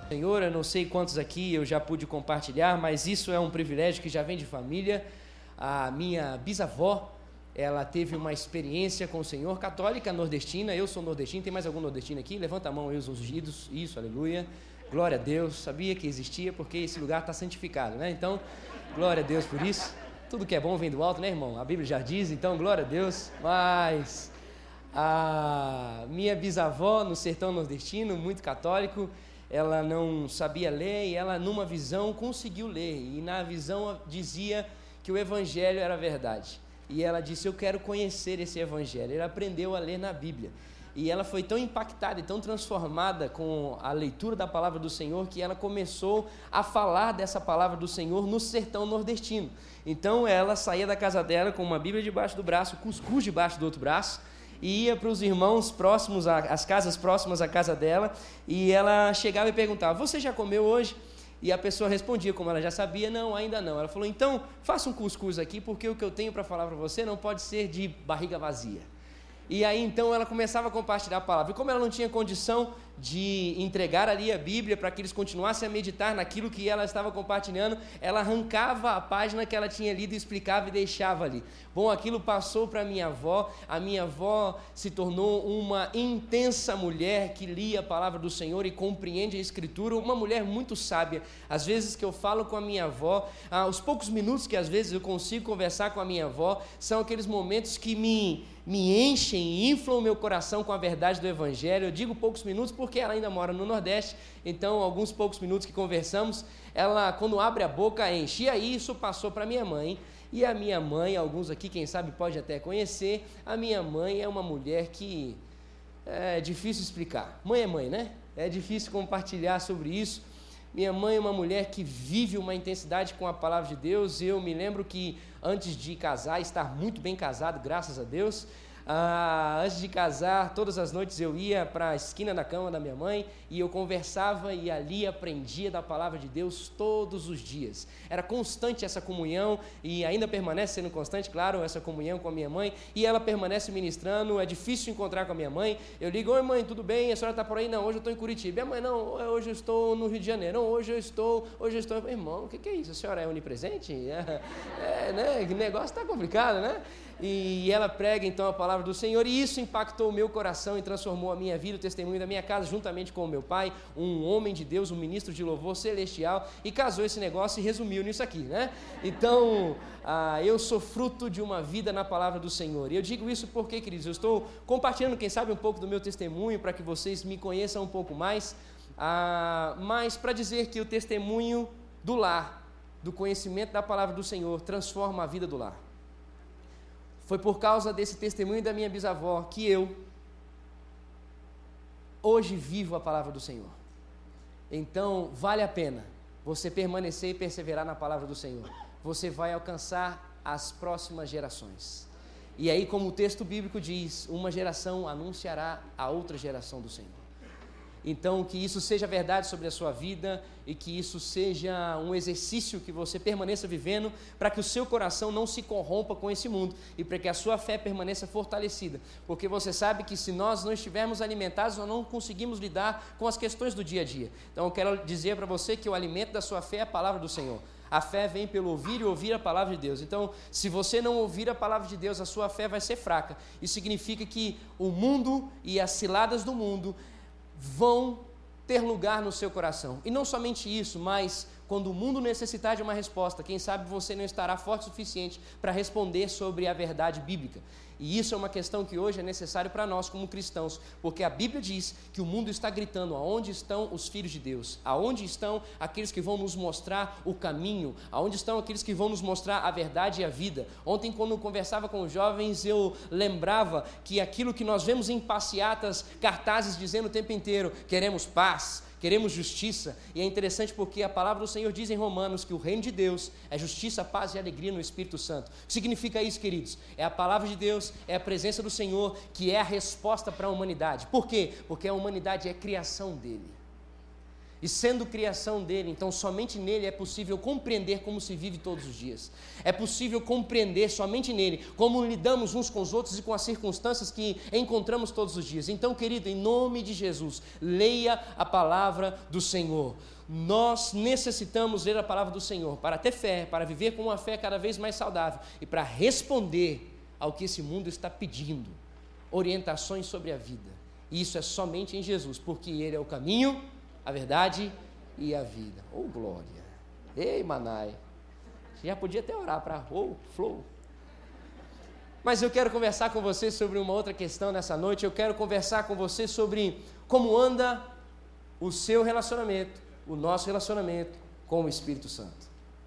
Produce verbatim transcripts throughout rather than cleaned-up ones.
Senhor, eu não sei quantos aqui eu já pude compartilhar, mas isso é um privilégio que já vem de família. A minha bisavó, ela teve uma experiência com o Senhor, católica nordestina. Eu sou nordestino, tem mais algum nordestino aqui? Levanta a mão aí, os ungidos. Isso, aleluia. Glória a Deus. Sabia que existia porque esse lugar está santificado, né? Então, glória a Deus por isso. Tudo que é bom vem do alto, né, irmão? A Bíblia já diz, então, glória a Deus. Mas a minha bisavó, no sertão nordestino, muito católico, ela não sabia ler e ela, numa visão, conseguiu ler. E na visão dizia que o Evangelho era verdade. E ela disse, eu quero conhecer esse Evangelho. Ela aprendeu a ler na Bíblia. E ela foi tão impactada e tão transformada com a leitura da palavra do Senhor que ela começou a falar dessa palavra do Senhor no sertão nordestino. Então ela saía da casa dela com uma Bíblia debaixo do braço, cuscuz debaixo do outro braço, e ia para os irmãos próximos, as casas próximas à casa dela, e ela chegava e perguntava, você já comeu hoje? E a pessoa respondia, como ela já sabia, não, ainda não. Ela falou, então, faça um cuscuz aqui, porque o que eu tenho para falar para você não pode ser de barriga vazia. E aí, então, ela começava a compartilhar a palavra. E como ela não tinha condição de entregar ali a Bíblia para que eles continuassem a meditar naquilo que ela estava compartilhando, ela arrancava a página que ela tinha lido e explicava e deixava ali. Bom, aquilo passou para a minha avó. A minha avó se tornou uma intensa mulher que lia a palavra do Senhor e compreende a Escritura, uma mulher muito sábia. Às vezes que eu falo com a minha avó, ah, os poucos minutos que às vezes eu consigo conversar com a minha avó, são aqueles momentos que me... me enchem e inflam o meu coração com a verdade do Evangelho. Eu digo poucos minutos porque ela ainda mora no Nordeste, então alguns poucos minutos que conversamos, ela quando abre a boca enche. E aí isso passou para minha mãe, e a minha mãe, alguns aqui quem sabe pode até conhecer, a minha mãe é uma mulher que é difícil explicar. Mãe é mãe, né? É difícil compartilhar sobre isso. Minha mãe é uma mulher que vive uma intensidade com a palavra de Deus. Eu me lembro que antes de casar, estar muito bem casado, graças a Deus, ah, antes de casar, todas as noites eu ia para a esquina da cama da minha mãe e eu conversava e ali aprendia da palavra de Deus todos os dias. Era constante essa comunhão e ainda permanece sendo constante, claro, essa comunhão com a minha mãe, e ela permanece ministrando. É difícil encontrar com a minha mãe. Eu ligo, oi mãe, tudo bem? A senhora está por aí? Não, hoje eu estou em Curitiba. Minha mãe, não, hoje eu estou no Rio de Janeiro. Não, hoje eu estou, hoje eu estou... Irmão, o que, que é isso? A senhora é onipresente? É, é né? O negócio está complicado, né? E ela prega então a palavra do Senhor, e isso impactou o meu coração e transformou a minha vida, o testemunho da minha casa, juntamente com o meu pai, um homem de Deus, um ministro de louvor celestial, e casou esse negócio e resumiu nisso aqui, né? Então, ah, eu sou fruto de uma vida na palavra do Senhor, e eu digo isso porque, queridos, eu estou compartilhando, quem sabe, um pouco do meu testemunho, para que vocês me conheçam um pouco mais, ah, mas para dizer que o testemunho do lar, do conhecimento da palavra do Senhor, transforma a vida do lar. Foi por causa desse testemunho da minha bisavó que eu hoje vivo a palavra do Senhor. Então, vale a pena você permanecer e perseverar na palavra do Senhor. Você vai alcançar as próximas gerações. E aí, como o texto bíblico diz, uma geração anunciará a outra geração do Senhor. Então, que isso seja verdade sobre a sua vida e que isso seja um exercício que você permaneça vivendo para que o seu coração não se corrompa com esse mundo e para que a sua fé permaneça fortalecida. Porque você sabe que se nós não estivermos alimentados, nós não conseguimos lidar com as questões do dia a dia. Então, eu quero dizer para você que o alimento da sua fé é a palavra do Senhor. A fé vem pelo ouvir e ouvir a palavra de Deus. Então, se você não ouvir a palavra de Deus, a sua fé vai ser fraca. Isso significa que o mundo e as ciladas do mundo vão ter lugar no seu coração. E não somente isso, mas quando o mundo necessitar de uma resposta, quem sabe você não estará forte o suficiente para responder sobre a verdade bíblica. E isso é uma questão que hoje é necessário para nós como cristãos, porque a Bíblia diz que o mundo está gritando, aonde estão os filhos de Deus? Aonde estão aqueles que vão nos mostrar o caminho? Aonde estão aqueles que vão nos mostrar a verdade e a vida? Ontem, quando eu conversava com os jovens, eu lembrava que aquilo que nós vemos em passeatas, cartazes dizendo o tempo inteiro, queremos paz, queremos justiça, e é interessante porque a palavra do Senhor diz em Romanos que o reino de Deus é justiça, paz e alegria no Espírito Santo. O que significa isso, queridos? É a palavra de Deus, é a presença do Senhor que é a resposta para a humanidade. Por quê? Porque a humanidade é criação dele. E sendo criação dele, então somente nele é possível compreender como se vive todos os dias. É possível compreender somente nele como lidamos uns com os outros e com as circunstâncias que encontramos todos os dias. Então, querido, em nome de Jesus, leia a palavra do Senhor. Nós necessitamos ler a palavra do Senhor para ter fé, para viver com uma fé cada vez mais saudável e para responder ao que esse mundo está pedindo, orientações sobre a vida. E isso é somente em Jesus, porque Ele é o caminho, a verdade e a vida. Oh, glória! Ei, Manai! Você já podia até orar para oh, flow. Mas eu quero conversar com você sobre uma outra questão nessa noite. Eu quero conversar com você sobre como anda o seu relacionamento, o nosso relacionamento com o Espírito Santo.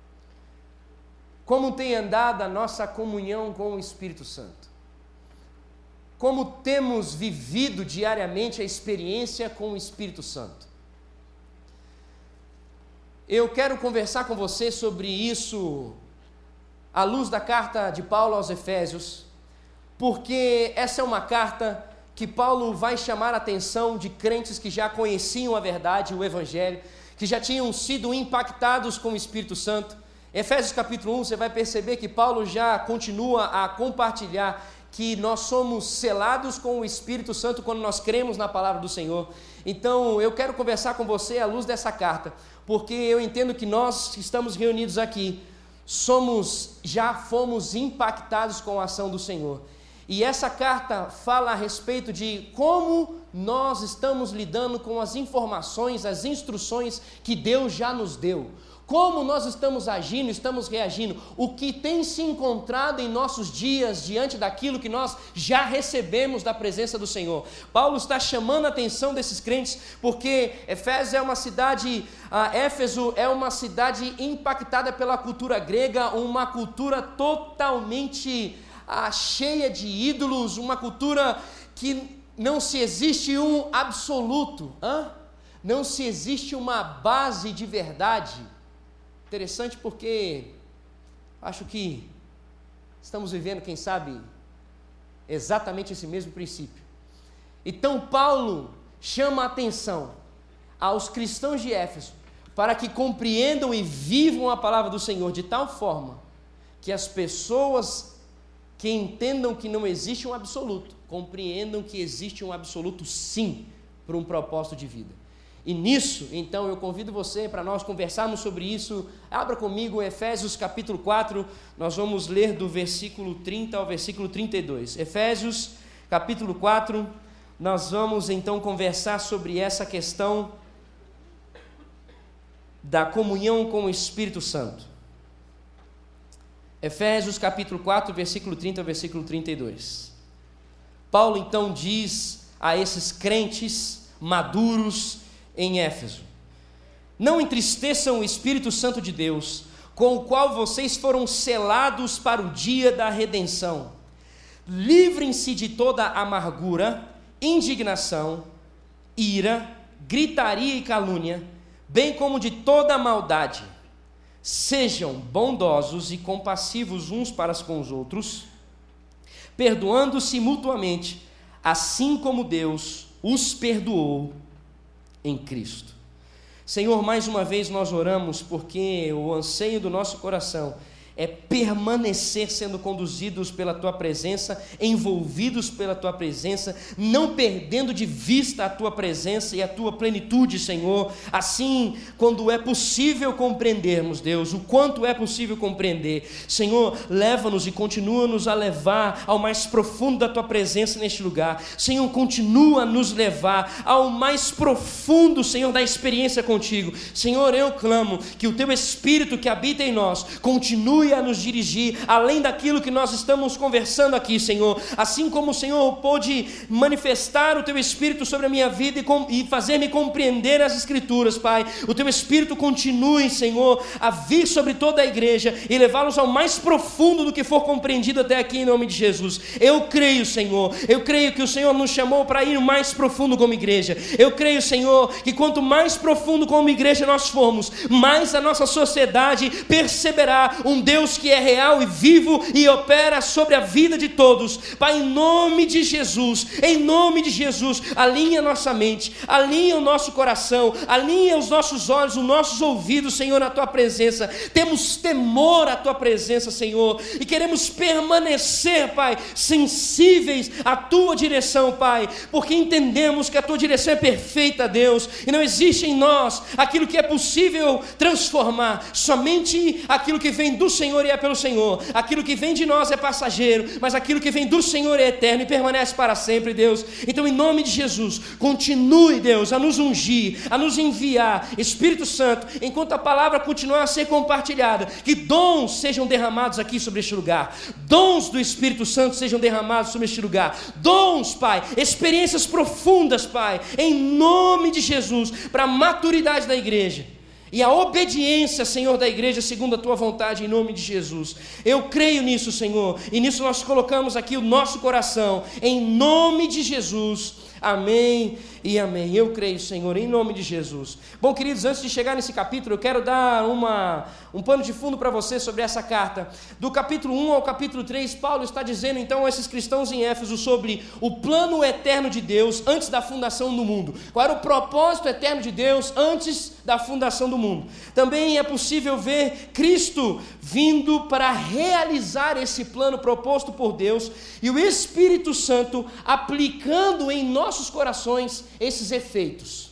Como tem andado a nossa comunhão com o Espírito Santo? Como temos vivido diariamente a experiência com o Espírito Santo? Eu quero conversar com você sobre isso à luz da carta de Paulo aos Efésios, porque essa é uma carta que Paulo vai chamar a atenção de crentes que já conheciam a verdade, o Evangelho, que já tinham sido impactados com o Espírito Santo. Efésios capítulo um, você vai perceber que Paulo já continua a compartilhar que nós somos selados com o Espírito Santo quando nós cremos na palavra do Senhor. Então, eu quero conversar com você à luz dessa carta, porque eu entendo que nós que estamos reunidos aqui, somos, já fomos impactados com a ação do Senhor. E essa carta fala a respeito de como nós estamos lidando com as informações, as instruções que Deus já nos deu. Como nós estamos agindo, estamos reagindo, o que tem se encontrado em nossos dias diante daquilo que nós já recebemos da presença do Senhor. Paulo está chamando a atenção desses crentes, porque Éfeso é uma cidade, uh, Éfeso é uma cidade impactada pela cultura grega, uma cultura totalmente uh, cheia de ídolos, uma cultura que não se existe um absoluto, hein? Não se existe uma base de verdade. Interessante porque acho que estamos vivendo, quem sabe, exatamente esse mesmo princípio. Então Paulo chama a atenção aos cristãos de Éfeso para que compreendam e vivam a palavra do Senhor de tal forma que as pessoas que entendam que não existe um absoluto, compreendam que existe um absoluto sim para um propósito de vida. E nisso, então, eu convido você para nós conversarmos sobre isso. Abra comigo Efésios capítulo quatro, nós vamos ler do versículo trinta ao versículo trinta e dois. Efésios capítulo quatro, nós vamos então conversar sobre essa questão da comunhão com o Espírito Santo. Efésios capítulo quatro, versículo trinta ao versículo trinta e dois. Paulo então diz a esses crentes maduros em Éfeso: não entristeçam o Espírito Santo de Deus, com o qual vocês foram selados para o dia da redenção. Livrem-se de toda amargura, indignação, ira, gritaria e calúnia, bem como de toda maldade. Sejam bondosos e compassivos uns para com os outros, perdoando-se mutuamente, assim como Deus os perdoou em Cristo. Senhor, mais uma vez nós oramos porque o anseio do nosso coração é permanecer sendo conduzidos pela Tua presença, envolvidos pela Tua presença, não perdendo de vista a Tua presença e a Tua plenitude, Senhor. Assim, quando é possível compreendermos, Deus, o quanto é possível compreender, Senhor, leva-nos e continua-nos a levar ao mais profundo da Tua presença neste lugar. Senhor, continua a nos levar ao mais profundo, Senhor, da experiência contigo. Senhor, eu clamo que o Teu Espírito que habita em nós continue a nos dirigir além daquilo que nós estamos conversando aqui, Senhor. Assim como o Senhor pôde manifestar o Teu Espírito sobre a minha vida e, com, e fazer-me compreender as Escrituras, Pai, o Teu Espírito continue, Senhor, a vir sobre toda a igreja e levá-los ao mais profundo do que for compreendido até aqui, em nome de Jesus. Eu creio, Senhor, eu creio que o Senhor nos chamou para ir mais profundo como igreja. Eu creio, Senhor, que quanto mais profundo como igreja nós formos, mais a nossa sociedade perceberá um Deus Deus que é real e vivo e opera sobre a vida de todos. Pai, em nome de Jesus, em nome de Jesus, alinha a nossa mente, alinha o nosso coração, alinha os nossos olhos, os nossos ouvidos, Senhor, na Tua presença. Temos temor à Tua presença, Senhor, e queremos permanecer, Pai, sensíveis à Tua direção, Pai, porque entendemos que a Tua direção é perfeita, Deus, e não existe em nós aquilo que é possível transformar, somente aquilo que vem do Senhor e é pelo Senhor. Aquilo que vem de nós é passageiro, mas aquilo que vem do Senhor é eterno e permanece para sempre, Deus. Então, em nome de Jesus, continue, Deus, a nos ungir, a nos enviar, Espírito Santo, enquanto a palavra continuar a ser compartilhada, que dons sejam derramados aqui sobre este lugar, dons do Espírito Santo sejam derramados sobre este lugar, dons, Pai, experiências profundas, Pai, em nome de Jesus, para a maturidade da igreja e a obediência, Senhor, da igreja segundo a Tua vontade, em nome de Jesus. Eu creio nisso, Senhor, e nisso nós colocamos aqui o nosso coração, em nome de Jesus. Amém e amém. Eu creio, Senhor, em nome de Jesus. Bom, queridos, antes de chegar nesse capítulo, eu quero dar uma, um pano de fundo para você sobre essa carta. Do capítulo um ao capítulo três, Paulo está dizendo então a esses cristãos em Éfeso sobre o plano eterno de Deus antes da fundação do mundo. Qual era o propósito eterno de Deus antes da fundação do mundo. Também é possível ver Cristo vindo para realizar esse plano proposto por Deus e o Espírito Santo aplicando em nossos corações esses efeitos.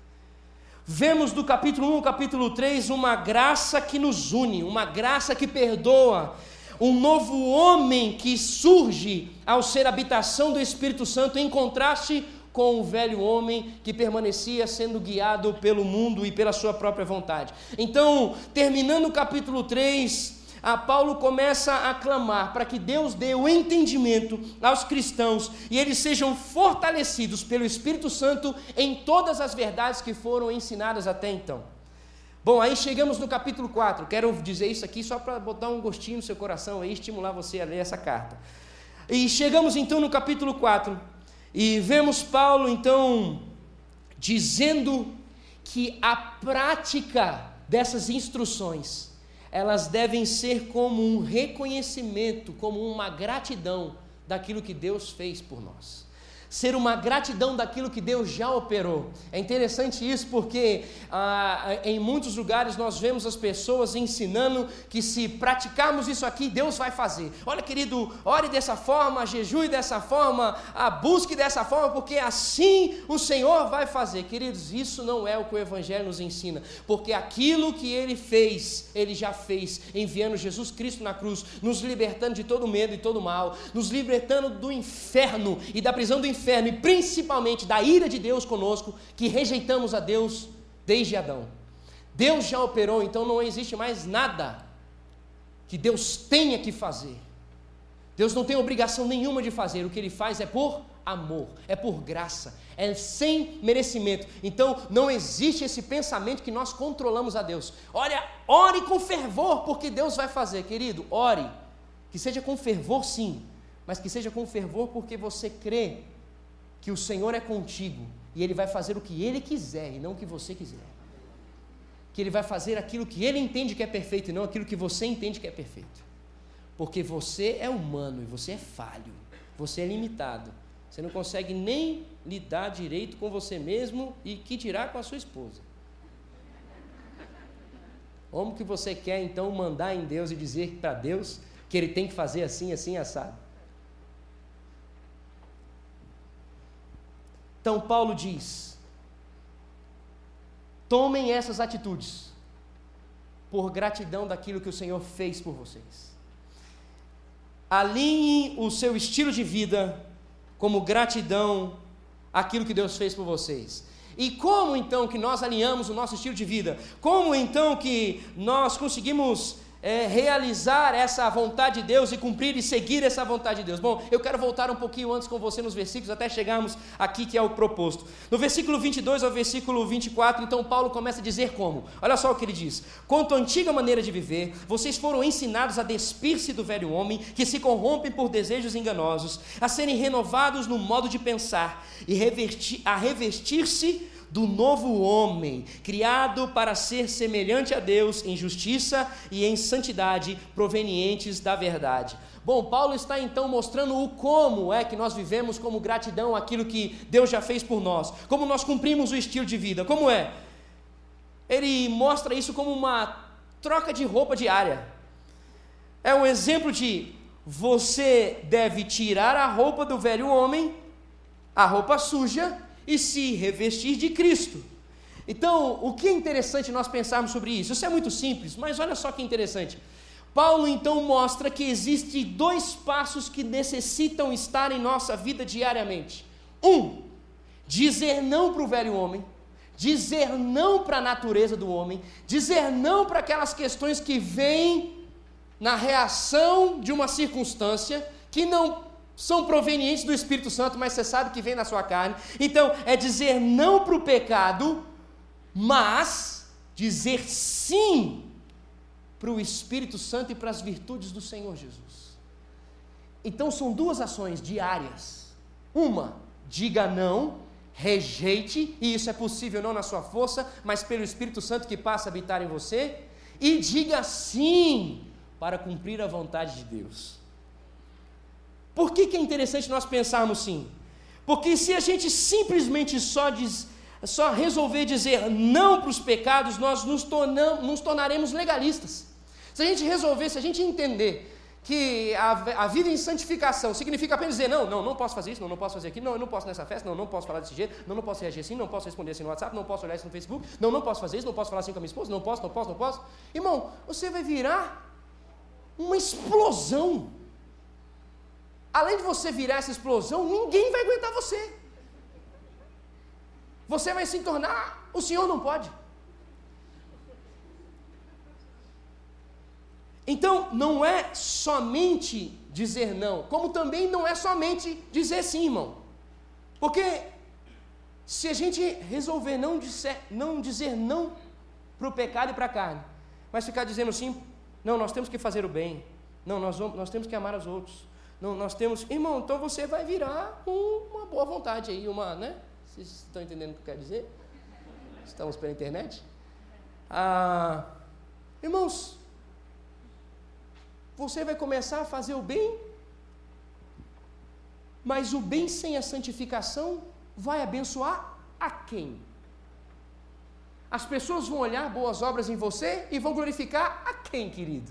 Vemos do capítulo um ao capítulo três uma graça que nos une, uma graça que perdoa, um novo homem que surge ao ser habitação do Espírito Santo, em contraste com o velho homem que permanecia sendo guiado pelo mundo e pela sua própria vontade. Então, terminando o capítulo três, a Paulo começa a clamar para que Deus dê o entendimento aos cristãos e eles sejam fortalecidos pelo Espírito Santo em todas as verdades que foram ensinadas até então. Bom, aí chegamos no capítulo quatro, quero dizer isso aqui só para botar um gostinho no seu coração e estimular você a ler essa carta. E chegamos então no capítulo quatro e vemos Paulo então dizendo que a prática dessas instruções, elas devem ser como um reconhecimento, como uma gratidão daquilo que Deus fez por nós. Ser uma gratidão daquilo que Deus já operou. É interessante isso porque ah, em muitos lugares nós vemos as pessoas ensinando que se praticarmos isso aqui, Deus vai fazer. Olha, querido, ore dessa forma, jejue dessa forma, ah, busque dessa forma, porque assim o Senhor vai fazer. Queridos, isso não é o que o Evangelho nos ensina, porque aquilo que Ele fez, Ele já fez, enviando Jesus Cristo na cruz, nos libertando de todo medo e todo mal, nos libertando do inferno e da prisão do inferno, inferno e principalmente da ira de Deus conosco, que rejeitamos a Deus desde Adão. Deus já operou, então não existe mais nada que Deus tenha que fazer. Deus não tem obrigação nenhuma de fazer, o que Ele faz é por amor, é por graça, é sem merecimento. Então não existe esse pensamento que nós controlamos a Deus. Olha, ore com fervor, porque Deus vai fazer. Querido, ore, que seja com fervor sim, mas que seja com fervor porque você crê que o Senhor é contigo e Ele vai fazer o que Ele quiser e não o que você quiser. Que Ele vai fazer aquilo que Ele entende que é perfeito e não aquilo que você entende que é perfeito. Porque você é humano e você é falho, você é limitado. Você não consegue nem lidar direito com você mesmo e que dirá com a sua esposa. Como que você quer então mandar em Deus e dizer para Deus que Ele tem que fazer assim, assim, assado? Então Paulo diz, tomem essas atitudes por gratidão daquilo que o Senhor fez por vocês. Alinhem o seu estilo de vida como gratidão àquilo que Deus fez por vocês. E como então que nós alinhamos o nosso estilo de vida? Como então que nós conseguimos É, realizar essa vontade de Deus e cumprir e seguir essa vontade de Deus? Bom, eu quero voltar um pouquinho antes com você nos versículos, até chegarmos aqui que é o proposto. No versículo vinte e dois ao versículo vinte e quatro, então Paulo começa a dizer como? Olha só o que ele diz: quanto à antiga maneira de viver, vocês foram ensinados a despir-se do velho homem, que se corrompe por desejos enganosos, a serem renovados no modo de pensar, e revertir, a revestir-se do novo homem, criado para ser semelhante a Deus em justiça e em santidade provenientes da verdade. Bom, Paulo está então mostrando o como é que nós vivemos como gratidão àquilo que Deus já fez por nós, como nós cumprimos o estilo de vida, como é? Ele mostra isso como uma troca de roupa diária. É um exemplo de você deve tirar a roupa do velho homem, a roupa suja, e se revestir de Cristo. Então, o que é interessante nós pensarmos sobre isso? Isso é muito simples, mas olha só que interessante. Paulo então mostra que existem dois passos que necessitam estar em nossa vida diariamente. Um, dizer não para o velho homem, dizer não para a natureza do homem, dizer não para aquelas questões que vêm na reação de uma circunstância, que não são provenientes do Espírito Santo, mas você sabe que vem na sua carne. Então, é dizer não para o pecado, mas dizer sim para o Espírito Santo e para as virtudes do Senhor Jesus. Então são duas ações diárias. Uma, diga não, rejeite, e isso é possível não na sua força, mas pelo Espírito Santo que passa a habitar em você, e diga sim para cumprir a vontade de Deus. Por que que é interessante nós pensarmos sim? Porque se a gente simplesmente só diz, só resolver dizer não para os pecados, nós nos, tornamos, nos tornaremos legalistas. Se a gente resolver, se a gente entender que a, a vida em santificação significa apenas dizer, não, não, não posso fazer isso, não, não posso fazer aquilo, não, eu não posso nessa festa, não, não posso falar desse jeito, não, não posso reagir assim, não posso responder assim no WhatsApp, não posso olhar isso no Facebook, não, não posso fazer isso, não posso falar assim com a minha esposa, não posso, não posso, não posso. Irmão, você vai virar uma explosão. Além de você virar essa explosão, ninguém vai aguentar você. Você vai se tornar, o Senhor não pode. Então, não é somente dizer não, como também não é somente dizer sim, irmão. Porque se a gente resolver não dizer não, dizer não para o pecado e para a carne, mas ficar dizendo sim, não, nós temos que fazer o bem, não, nós, vamos, nós temos que amar os outros, não, nós temos... Irmão, então você vai virar um, uma boa vontade aí, uma, né? Vocês estão entendendo o que eu quero dizer? Estamos pela internet? Ah, irmãos, você vai começar a fazer o bem, mas o bem sem a santificação vai abençoar a quem? As pessoas vão olhar boas obras em você e vão glorificar a quem, querido?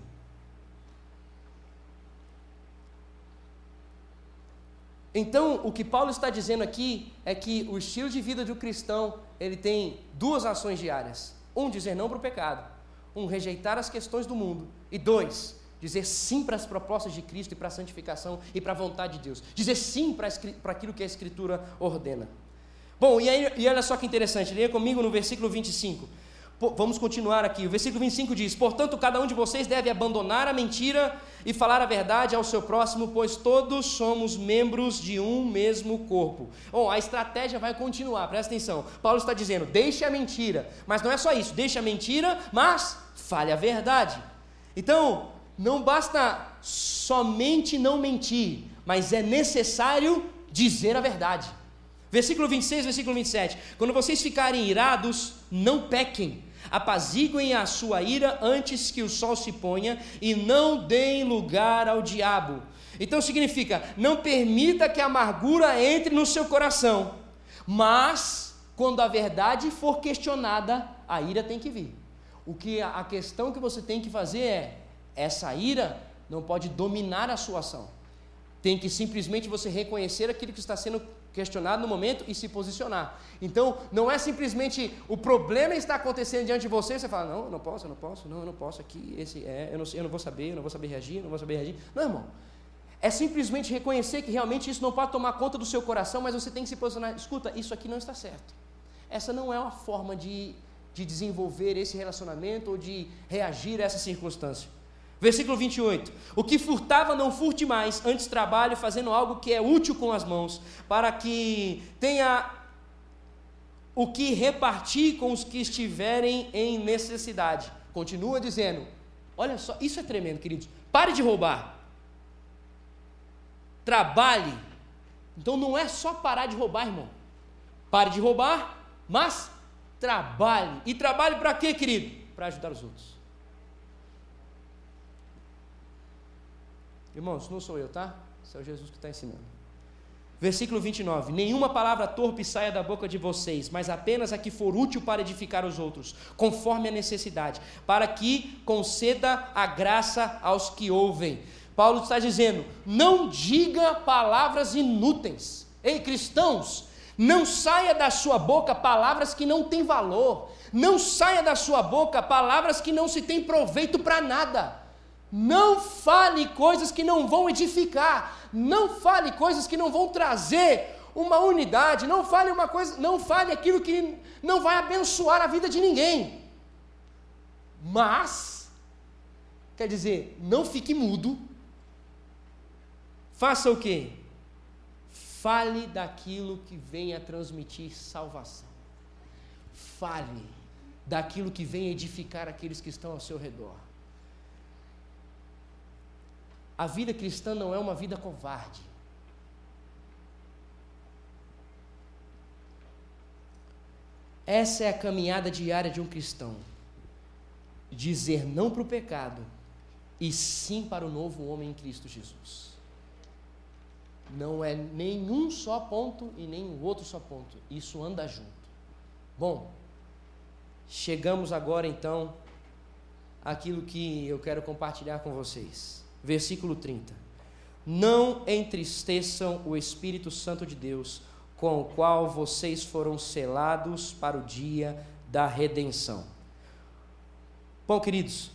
Então, o que Paulo está dizendo aqui é que o estilo de vida do cristão, ele tem duas ações diárias. Um, dizer não para o pecado. Um, rejeitar as questões do mundo. E dois, dizer sim para as propostas de Cristo e para a santificação e para a vontade de Deus. Dizer sim para, para aquilo que a Escritura ordena. Bom, e, aí, e olha só que interessante, leia comigo no versículo vinte e cinco. Pô, vamos continuar aqui. O versículo vinte e cinco diz: portanto, cada um de vocês deve abandonar a mentira e falar a verdade ao seu próximo, pois todos somos membros de um mesmo corpo. Bom, a estratégia vai continuar, presta atenção. Paulo está dizendo, deixe a mentira, mas não é só isso, deixe a mentira, mas fale a verdade. Então, não basta somente não mentir, mas é necessário dizer a verdade. Versículo vinte e seis, versículo vinte e sete. Quando vocês ficarem irados, não pequem. Apaziguem a sua ira antes que o sol se ponha e não deem lugar ao diabo. Então significa, não permita que a amargura entre no seu coração, mas quando a verdade for questionada, a ira tem que vir. O que a questão que você tem que fazer é, essa ira não pode dominar a sua ação. Tem que simplesmente você reconhecer aquilo que está sendo questionado no momento e se posicionar. Então, não é simplesmente o problema está acontecendo diante de você, e você fala, não, eu não posso, eu não posso, não, eu não posso aqui, esse é, eu não, eu não vou saber, eu não vou saber reagir, eu não vou saber reagir. Não, irmão. É simplesmente reconhecer que realmente isso não pode tomar conta do seu coração, mas você tem que se posicionar. Escuta, isso aqui não está certo. Essa não é uma forma de, de desenvolver esse relacionamento ou de reagir a essa circunstância. Versículo vinte e oito. O que furtava não furte mais, antes trabalhe fazendo algo que é útil com as mãos, para que tenha o que repartir com os que estiverem em necessidade. Continua dizendo, olha só, isso é tremendo, queridos. Pare de roubar. Trabalhe. Então não é só parar de roubar, irmão. Pare de roubar, mas trabalhe. E trabalhe para quê, querido? Para ajudar os outros. Irmãos, não sou eu, tá? Isso é o Jesus que está ensinando. Versículo vinte e nove: nenhuma palavra torpe saia da boca de vocês, mas apenas a que for útil para edificar os outros, conforme a necessidade, para que conceda a graça aos que ouvem. Paulo está dizendo, não diga palavras inúteis. Ei, cristãos, não saia da sua boca palavras que não têm valor, não saia da sua boca palavras que não se têm proveito para nada. Não fale coisas que não vão edificar, não fale coisas que não vão trazer uma unidade, não fale uma coisa, não fale aquilo que não vai abençoar a vida de ninguém. Mas, quer dizer, não fique mudo. Faça o quê? Fale daquilo que vem a transmitir salvação. Fale daquilo que vem edificar aqueles que estão ao seu redor. A vida cristã não é uma vida covarde. Essa é a caminhada diária de um cristão. Dizer não para o pecado e sim para o novo homem em Cristo Jesus. Não é nenhum só ponto e nem o outro só ponto. Isso anda junto. Bom, chegamos agora então àquilo que eu quero compartilhar com vocês. Versículo trinta. Não entristeçam o Espírito Santo de Deus, com o qual vocês foram selados para o dia da redenção. Bom, queridos,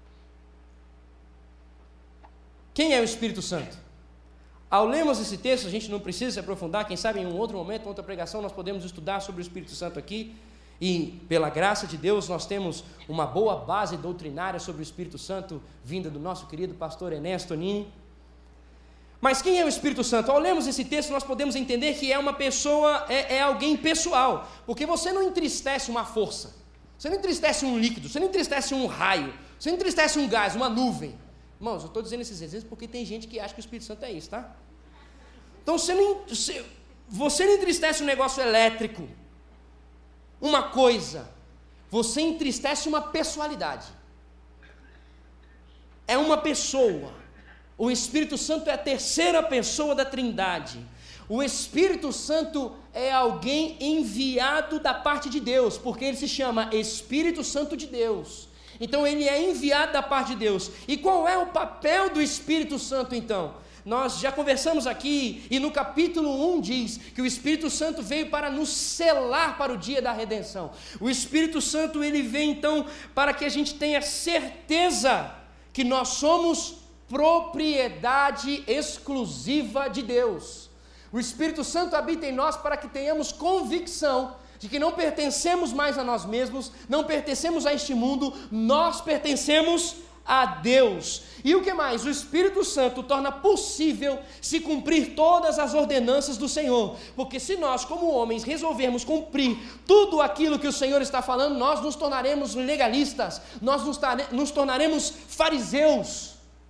quem é o Espírito Santo? Ao lermos esse texto, a gente não precisa se aprofundar, quem sabe em um outro momento, em outra pregação, nós podemos estudar sobre o Espírito Santo aqui, e pela graça de Deus nós temos uma boa base doutrinária sobre o Espírito Santo, vinda do nosso querido pastor Ernesto Nini. Mas quem é o Espírito Santo? Ao lermos esse texto nós podemos entender que é uma pessoa, é, é alguém pessoal, porque você não entristece uma força, você não entristece um líquido, você não entristece um raio, você não entristece um gás, uma nuvem. Irmãos, eu estou dizendo esses exemplos porque tem gente que acha que o Espírito Santo é isso, tá? Então você não, você não entristece um negócio elétrico, uma coisa, você entristece uma pessoalidade, é uma pessoa. O Espírito Santo é a terceira pessoa da Trindade. O Espírito Santo é alguém enviado da parte de Deus, porque ele se chama Espírito Santo de Deus. Então ele é enviado da parte de Deus. E qual é o papel do Espírito Santo então? Nós já conversamos aqui, e no capítulo um diz que o Espírito Santo veio para nos selar para o dia da redenção. O Espírito Santo, ele vem então para que a gente tenha certeza que nós somos propriedade exclusiva de Deus. O Espírito Santo habita em nós para que tenhamos convicção de que não pertencemos mais a nós mesmos, não pertencemos a este mundo, nós pertencemos a Deus. E o que mais? O Espírito Santo torna possível se cumprir todas as ordenanças do Senhor, porque se nós como homens resolvermos cumprir tudo aquilo que o Senhor está falando, nós nos tornaremos legalistas, nós nos, nos tornaremos fariseus.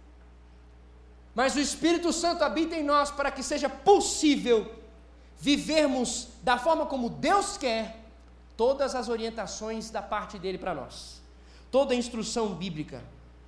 Mas o Espírito Santo habita em nós para que seja possível vivermos da forma como Deus quer todas as orientações da parte dele para nós, toda a instrução bíblica.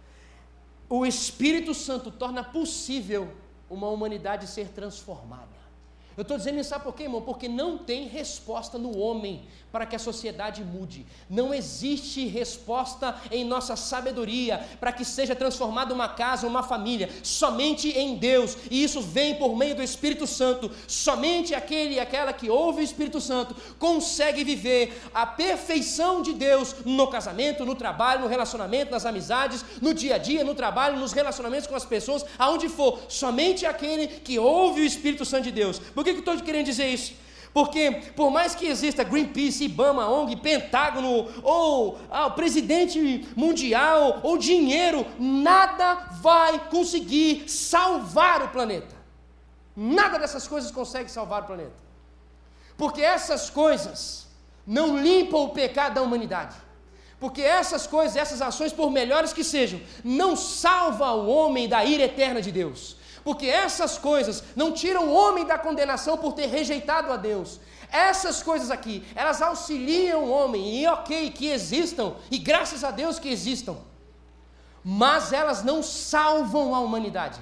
O Espírito Santo torna possível uma humanidade ser transformada. Eu estou dizendo isso, sabe por quê, irmão? Porque não tem resposta no homem para que a sociedade mude. Não existe resposta em nossa sabedoria para que seja transformada uma casa, uma família. Somente em Deus. E isso vem por meio do Espírito Santo. Somente aquele e aquela que ouve o Espírito Santo consegue viver a perfeição de Deus no casamento, no trabalho, no relacionamento, nas amizades, no dia a dia, no trabalho, nos relacionamentos com as pessoas, aonde for. Somente aquele que ouve o Espírito Santo de Deus. Por que que estou querendo dizer isso? Porque por mais que exista Greenpeace, Ibama, O N G, Pentágono, ou ah, o presidente mundial, ou dinheiro, nada vai conseguir salvar o planeta. Nada dessas coisas consegue salvar o planeta. Porque essas coisas não limpam o pecado da humanidade. Porque essas coisas, essas ações, por melhores que sejam, não salvam o homem da ira eterna de Deus. Porque essas coisas não tiram o homem da condenação por ter rejeitado a Deus. Essas coisas aqui, elas auxiliam o homem, e ok, que existam, e graças a Deus que existam, mas elas não salvam a humanidade.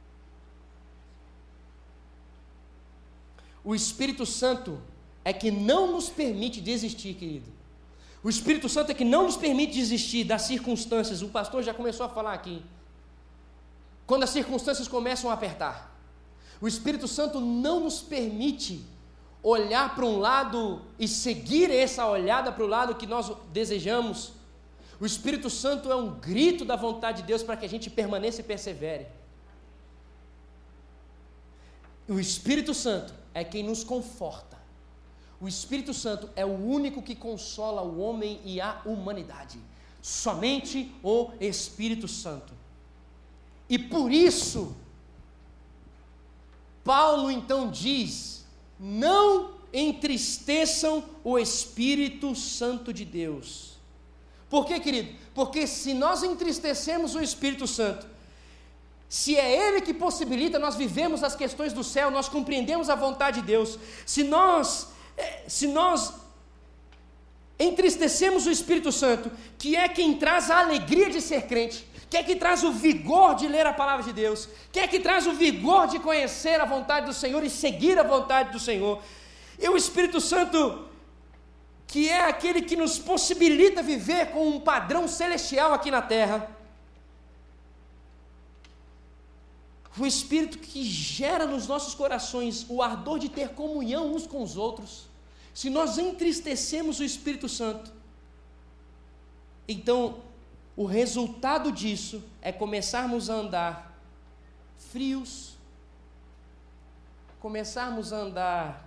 O Espírito Santo é que não nos permite desistir, querido. O Espírito Santo é que não nos permite desistir das circunstâncias. O pastor já começou a falar aqui. Quando as circunstâncias começam a apertar, o Espírito Santo não nos permite olhar para um lado e seguir essa olhada para o lado que nós desejamos. O Espírito Santo é um grito da vontade de Deus para que a gente permaneça e persevere. O Espírito Santo é quem nos conforta. O Espírito Santo é o único que consola o homem e a humanidade. Somente o Espírito Santo. E por isso, Paulo então diz: não entristeçam o Espírito Santo de Deus. Por quê, querido? Porque se nós entristecemos o Espírito Santo, se é Ele que possibilita nós vivemos as questões do céu, nós compreendemos a vontade de Deus, se nós, se nós entristecemos o Espírito Santo, que é quem traz a alegria de ser crente, que é que traz o vigor de ler a palavra de Deus, que é que traz o vigor de conhecer a vontade do Senhor e seguir a vontade do Senhor, e o Espírito Santo, que é aquele que nos possibilita viver com um padrão celestial aqui na terra, o Espírito que gera nos nossos corações o ardor de ter comunhão uns com os outros. Se nós entristecemos o Espírito Santo, então o resultado disso é começarmos a andar frios, começarmos a andar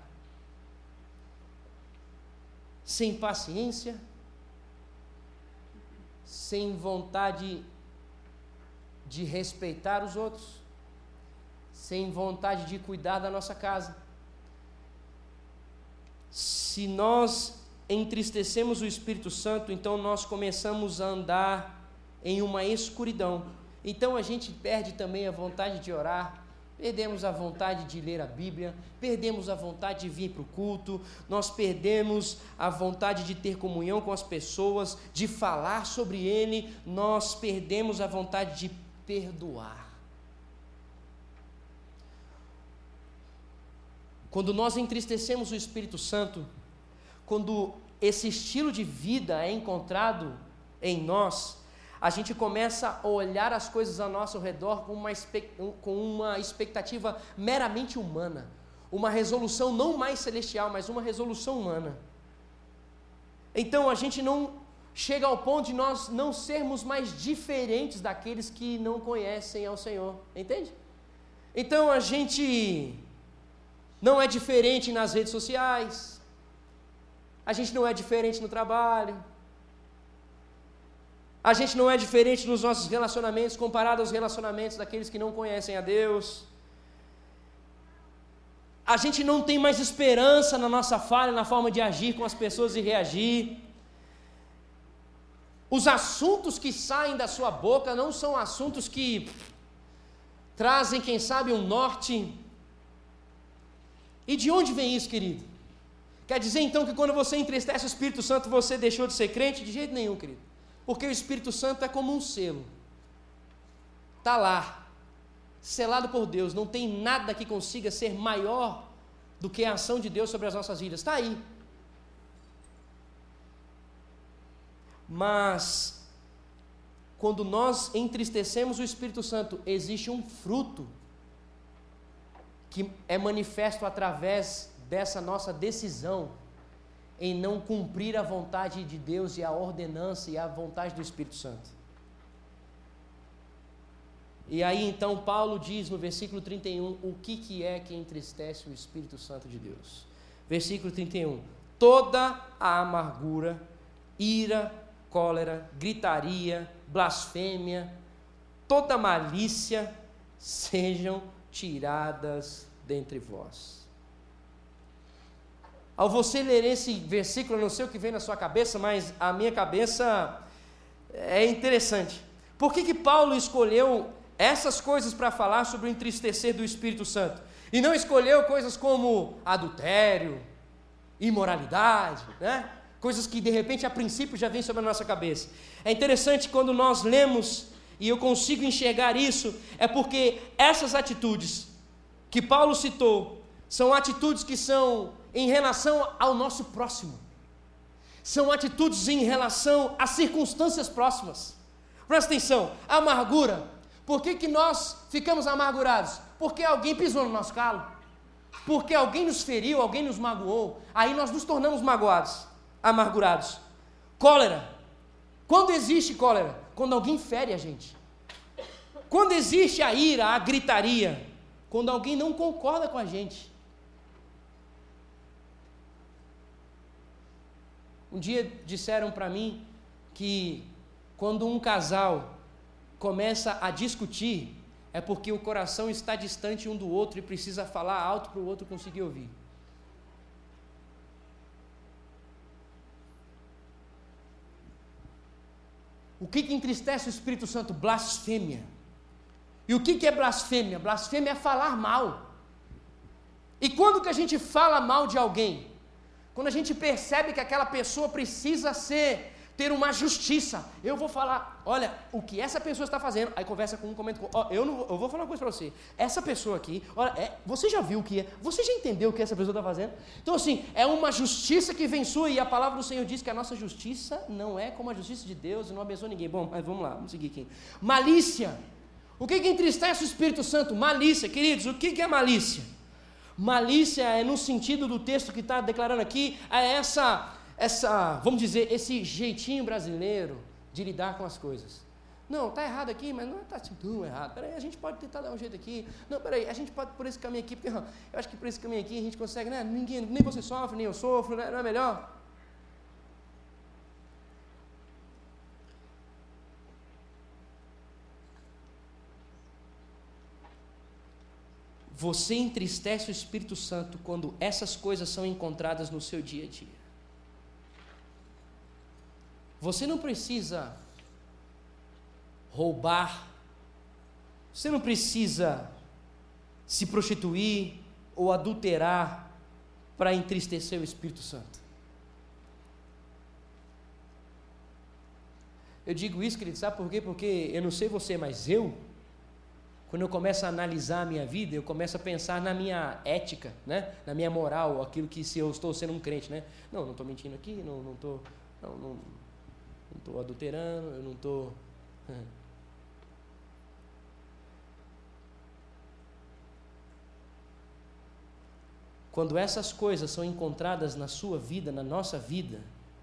sem paciência, sem vontade de respeitar os outros, sem vontade de cuidar da nossa casa. Se nós entristecemos o Espírito Santo, então nós começamos a andar em uma escuridão. Então a gente perde também a vontade de orar, perdemos a vontade de ler a Bíblia, perdemos a vontade de vir para o culto, nós perdemos a vontade de ter comunhão com as pessoas, de falar sobre Ele, nós perdemos a vontade de perdoar. Quando nós entristecemos o Espírito Santo, quando esse estilo de vida é encontrado em nós, a gente começa a olhar as coisas ao nosso redor com uma, com uma expectativa meramente humana, uma resolução não mais celestial, mas uma resolução humana. Então a gente não chega ao ponto de nós não sermos mais diferentes daqueles que não conhecem ao Senhor, entende? Então a gente não é diferente nas redes sociais, a gente não é diferente no trabalho, a gente não é diferente nos nossos relacionamentos comparado aos relacionamentos daqueles que não conhecem a Deus. A gente não tem mais esperança na nossa falha, na forma de agir com as pessoas e reagir. Os assuntos que saem da sua boca não são assuntos que trazem, quem sabe, um norte. E de onde vem isso, querido? Quer dizer então que quando você entristece o Espírito Santo, você deixou de ser crente? De jeito nenhum, querido. Porque o Espírito Santo é como um selo. Está lá, selado por Deus. Não tem nada que consiga ser maior do que a ação de Deus sobre as nossas vidas. Está aí. Mas, quando nós entristecemos o Espírito Santo, existe um fruto que é manifesto através dessa nossa decisão em não cumprir a vontade de Deus e a ordenança e a vontade do Espírito Santo. E aí então Paulo diz no versículo trinta e um o que, que é que entristece o Espírito Santo de Deus. Versículo trinta e um: toda a amargura, ira, cólera, gritaria, blasfêmia, toda malícia sejam tiradas dentre vós. Ao você ler esse versículo, eu não sei o que vem na sua cabeça, mas a minha cabeça é interessante. Por que que Paulo escolheu essas coisas para falar sobre o entristecer do Espírito Santo, e não escolheu coisas como adultério, imoralidade, né? Coisas que de repente a princípio já vêm sobre a nossa cabeça. É interessante quando nós lemos, e eu consigo enxergar isso, é porque essas atitudes que Paulo citou, são atitudes que são em relação ao nosso próximo, são atitudes em relação às circunstâncias próximas. Presta atenção, a amargura, por que que nós ficamos amargurados? Porque alguém pisou no nosso calo, porque alguém nos feriu, alguém nos magoou, aí nós nos tornamos magoados, amargurados. Cólera, quando existe cólera? Quando alguém fere a gente. Quando existe a ira, a gritaria, quando alguém não concorda com a gente. Um dia disseram para mim que quando um casal começa a discutir, é porque o coração está distante um do outro e precisa falar alto para o outro conseguir ouvir. O que que entristece o Espírito Santo? Blasfêmia. E o que que é blasfêmia? Blasfêmia é falar mal. E quando que a gente fala mal de alguém? Quando a gente percebe que aquela pessoa precisa ser, ter uma justiça. Eu vou falar, olha, o que essa pessoa está fazendo, aí conversa com um, comenta com ó, eu, não, eu vou falar uma coisa para você, essa pessoa aqui, olha, é, você já viu o que é, você já entendeu o que essa pessoa está fazendo? Então assim, é uma justiça que vem sua, e a palavra do Senhor diz que a nossa justiça não é como a justiça de Deus, e não abençoa ninguém. Bom, mas vamos lá, vamos seguir aqui. Malícia. O que que entristece o Espírito Santo? Malícia, queridos, o que que é malícia? Malícia é no sentido do texto que está declarando aqui, é essa, essa, vamos dizer, esse jeitinho brasileiro de lidar com as coisas. Não, está errado aqui, mas não está tão errado. Peraí, a gente pode tentar dar um jeito aqui. Não, peraí, a gente pode por esse caminho aqui, porque eu acho que por esse caminho aqui a gente consegue, né? Ninguém, nem você sofre, nem eu sofro, né? Não é melhor? Você entristece o Espírito Santo quando essas coisas são encontradas no seu dia a dia. Você não precisa roubar, você não precisa se prostituir ou adulterar para entristecer o Espírito Santo. Eu digo isso, querido, sabe por quê? Porque eu não sei você, mas eu, quando eu começo a analisar a minha vida, eu começo a pensar na minha ética, né? Na minha moral, aquilo que se eu estou sendo um crente, né? Não, não estou mentindo aqui, não não estou não, não, não estou adulterando, eu não estou... Quando essas coisas são encontradas na sua vida, na nossa vida,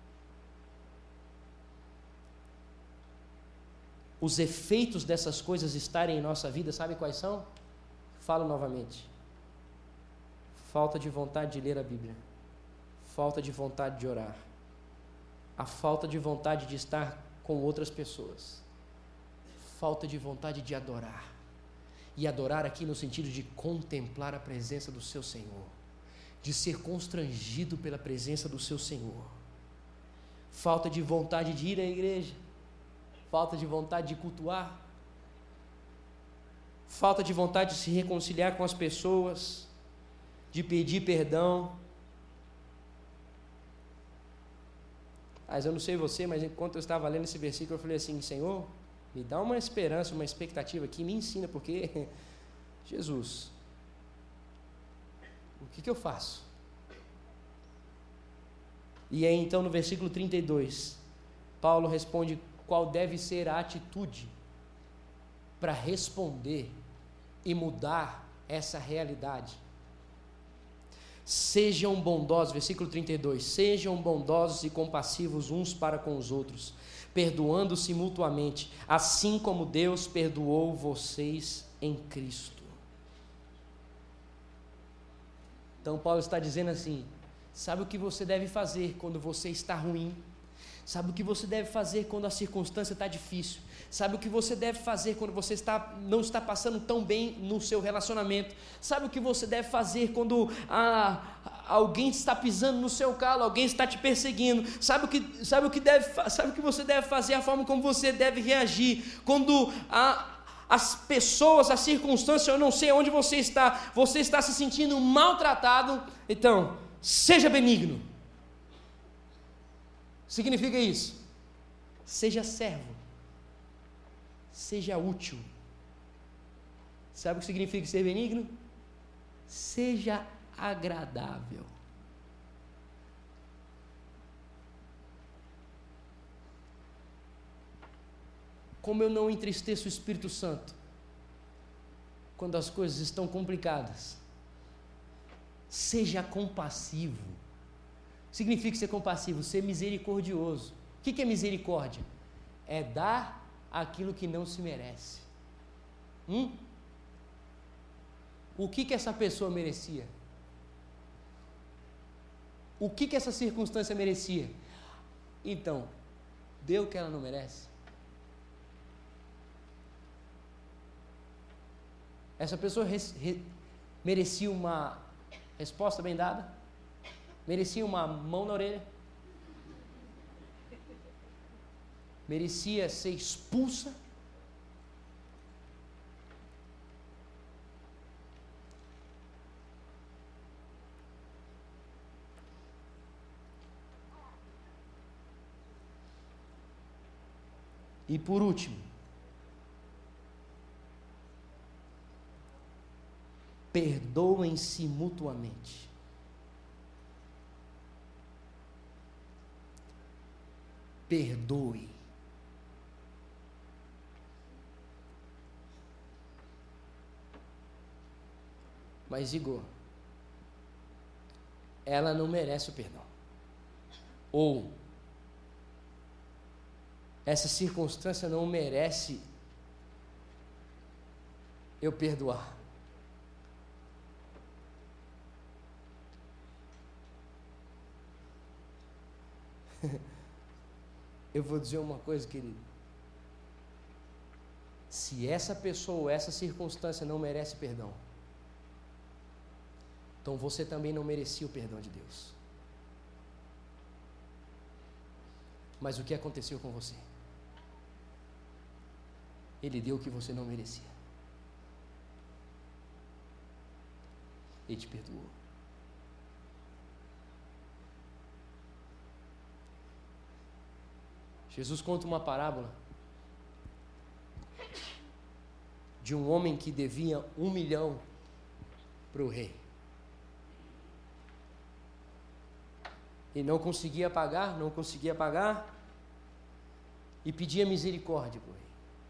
os efeitos dessas coisas estarem em nossa vida, sabe quais são? Falo novamente. Falta de vontade de ler a Bíblia. Falta de vontade de orar. A falta de vontade de estar com outras pessoas. Falta de vontade de adorar. E adorar aqui no sentido de contemplar a presença do seu Senhor. De ser constrangido pela presença do seu Senhor. Falta de vontade de ir à igreja. Falta de vontade de cultuar, falta de vontade de se reconciliar com as pessoas, de pedir perdão. Mas eu não sei você, mas enquanto eu estava lendo esse versículo, eu falei assim, Senhor, me dá uma esperança, uma expectativa aqui, me ensina, porque, Jesus, o que que eu faço? E aí então no versículo trinta e dois, Paulo responde qual deve ser a atitude para responder e mudar essa realidade. Sejam bondosos, versículo trinta e dois, sejam bondosos e compassivos uns para com os outros, perdoando-se mutuamente, assim como Deus perdoou vocês em Cristo. Então Paulo está dizendo assim, sabe o que você deve fazer quando você está ruim? Sabe o que você deve fazer quando a circunstância está difícil? Sabe o que você deve fazer quando você está, não está passando tão bem no seu relacionamento? Sabe o que você deve fazer quando ah, alguém está pisando no seu calo, alguém está te perseguindo? Sabe o que, sabe o que, deve, sabe o que você deve fazer, a forma como você deve reagir quando a, as pessoas, a circunstância, eu não sei onde você está, você está se sentindo maltratado, então, seja benigno. Significa isso. Seja servo. Seja útil. Sabe o que significa ser benigno? Seja agradável. Como eu não entristeço o Espírito Santo quando as coisas estão complicadas? Seja compassivo. Significa ser compassivo, ser misericordioso. O que é misericórdia? É dar aquilo que não se merece. Hum? O que que essa pessoa merecia? O que que essa circunstância merecia? Então, deu o que ela não merece. Essa pessoa res, re, merecia uma resposta bem dada? Merecia uma mão na orelha? Merecia ser expulsa? E por último, perdoem-se mutuamente. Perdoe. Mas, Igor, ela não merece o perdão. Ou essa circunstância não merece eu perdoar. Eu vou dizer uma coisa, querido. Se essa pessoa ou essa circunstância não merece perdão, então você também não merecia o perdão de Deus. Mas o que aconteceu com você? Ele deu o que você não merecia. Ele te perdoou. Jesus conta uma parábola de um homem que devia um milhão para o rei. E não conseguia pagar, não conseguia pagar, e pedia misericórdia para o rei.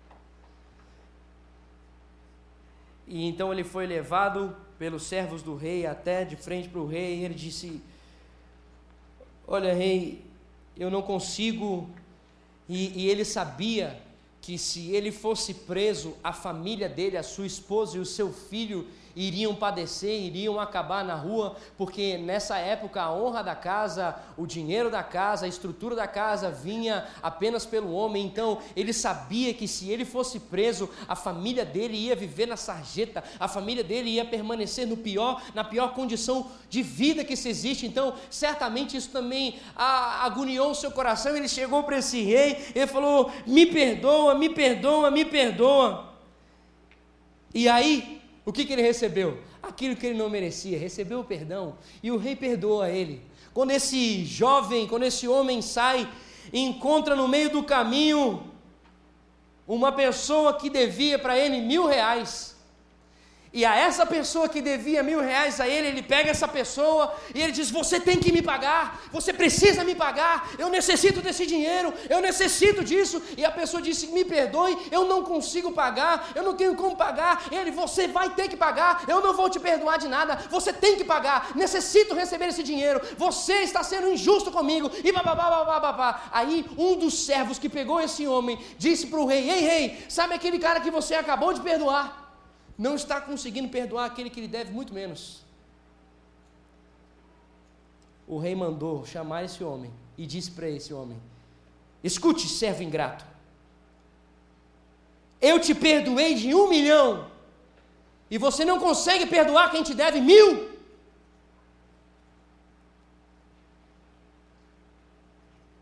E então ele foi levado pelos servos do rei até de frente para o rei, e ele disse: olha, rei, eu não consigo. E, e ele sabia que se ele fosse preso, a família dele, a sua esposa e o seu filho iriam padecer, iriam acabar na rua, porque nessa época a honra da casa, o dinheiro da casa, a estrutura da casa vinha apenas pelo homem. Então ele sabia que se ele fosse preso, a família dele ia viver na sarjeta, a família dele ia permanecer no pior, na pior condição de vida que se existe. Então certamente isso também agoniou o seu coração. Ele chegou para esse rei, ele falou: me perdoa, me perdoa, me perdoa. E aí, o que que ele recebeu? Aquilo que ele não merecia, recebeu o perdão, e o rei perdoa ele. Quando esse jovem, quando esse homem sai e encontra no meio do caminho uma pessoa que devia para ele mil reais, e a essa pessoa que devia mil reais a ele, ele pega essa pessoa e ele diz: você tem que me pagar, você precisa me pagar, eu necessito desse dinheiro, eu necessito disso. E a pessoa disse: me perdoe, eu não consigo pagar, eu não tenho como pagar. Ele: você vai ter que pagar, eu não vou te perdoar de nada, você tem que pagar, necessito receber esse dinheiro, você está sendo injusto comigo, e bababá, bababá. Aí um dos servos que pegou esse homem disse para o rei: ei rei, sabe aquele cara que você acabou de perdoar? Não está conseguindo perdoar aquele que lhe deve muito menos. O rei mandou chamar esse homem e disse para esse homem: escute, servo ingrato, eu te perdoei de um milhão e você não consegue perdoar quem te deve mil?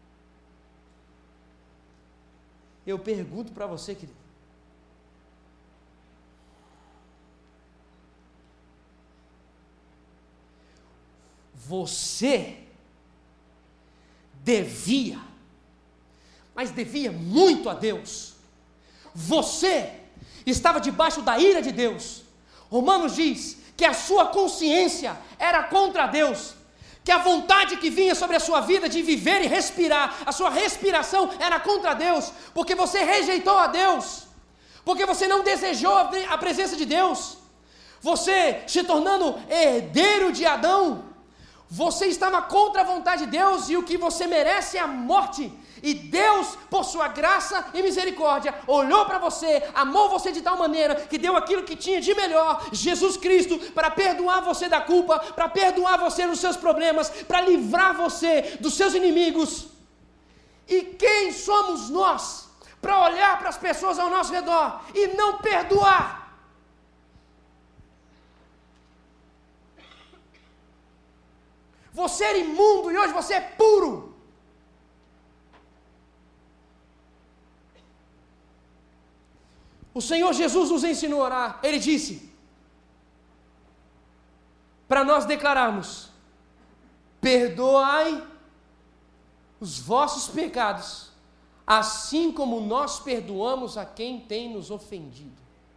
Eu pergunto para você, querido, você devia, mas devia muito a Deus. Você estava debaixo da ira de Deus. Romanos diz que a sua consciência era contra Deus, que a vontade que vinha sobre a sua vida de viver e respirar, a sua respiração era contra Deus, porque você rejeitou a Deus, porque você não desejou a presença de Deus. Você se tornando herdeiro de Adão, você estava contra a vontade de Deus, e o que você merece é a morte. E Deus, por sua graça e misericórdia, olhou para você, amou você de tal maneira, que deu aquilo que tinha de melhor, Jesus Cristo, para perdoar você da culpa, para perdoar você dos seus problemas, para livrar você dos seus inimigos. E quem somos nós para olhar para as pessoas ao nosso redor e não perdoar? Você era imundo e hoje você é puro. O Senhor Jesus nos ensinou a orar. Ele disse para nós declararmos: perdoai os vossos pecados, assim como nós perdoamos a quem tem nos ofendido.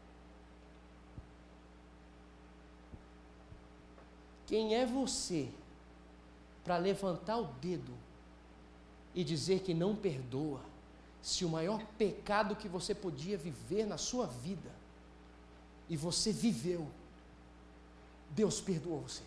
Quem é você para levantar o dedo e dizer que não perdoa, se o maior pecado que você podia viver na sua vida, e você viveu, Deus perdoou você?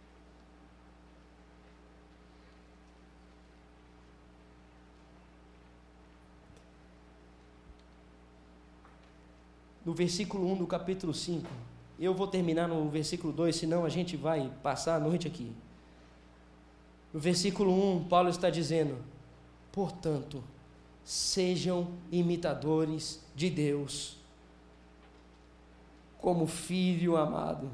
No versículo um do capítulo cinco, eu vou terminar no versículo dois, senão a gente vai passar a noite aqui. No versículo um, Paulo está dizendo: portanto, sejam imitadores de Deus, como filho amado.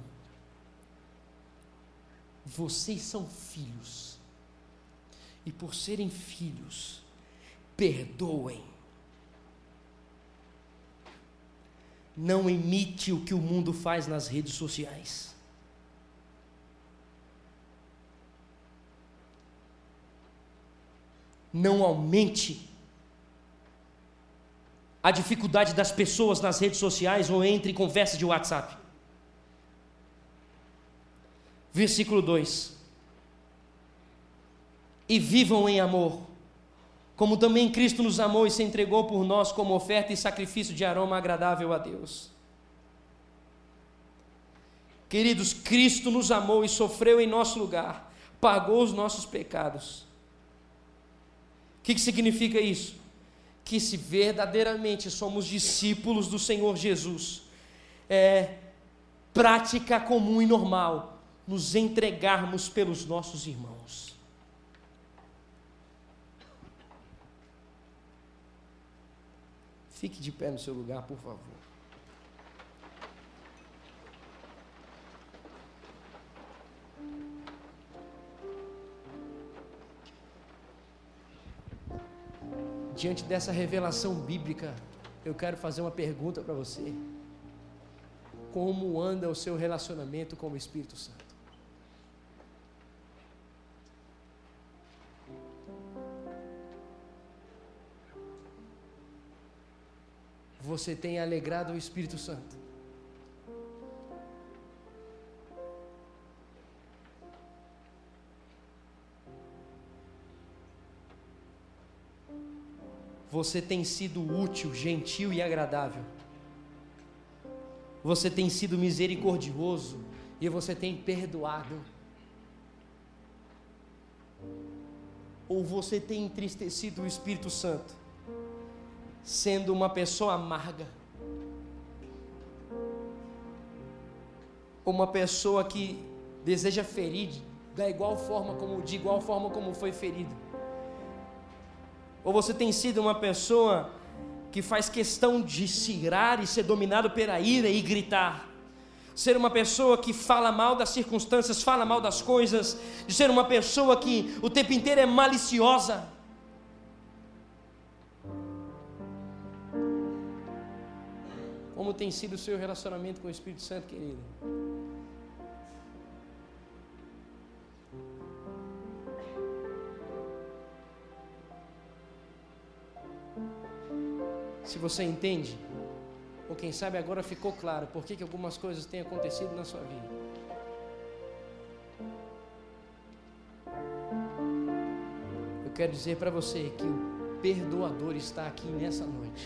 Vocês são filhos, e por serem filhos, perdoem. Não imite o que o mundo faz nas redes sociais. Não aumente a dificuldade das pessoas nas redes sociais ou entre conversas de WhatsApp. Versículo dois. E vivam em amor, como também Cristo nos amou e se entregou por nós como oferta e sacrifício de aroma agradável a Deus. Queridos, Cristo nos amou e sofreu em nosso lugar, pagou os nossos pecados. O que, que significa isso? Que se verdadeiramente somos discípulos do Senhor Jesus, é prática comum e normal nos entregarmos pelos nossos irmãos. Fique de pé no seu lugar, por favor. Diante dessa revelação bíblica, eu quero fazer uma pergunta para você. Como anda o seu relacionamento com o Espírito Santo? Você tem alegrado o Espírito Santo? Você tem sido útil, gentil e agradável? Você tem sido misericordioso e você tem perdoado? Ou você tem entristecido o Espírito Santo, sendo uma pessoa amarga? Ou uma pessoa que deseja ferir da igual forma como, de igual forma como foi ferido? Ou você tem sido uma pessoa que faz questão de se irar e ser dominado pela ira e gritar? Ser uma pessoa que fala mal das circunstâncias, fala mal das coisas, de ser uma pessoa que o tempo inteiro é maliciosa? Como tem sido o seu relacionamento com o Espírito Santo, querido? Se você entende, ou quem sabe agora ficou claro por que que algumas coisas têm acontecido na sua vida. Eu quero dizer para você que o perdoador está aqui nessa noite.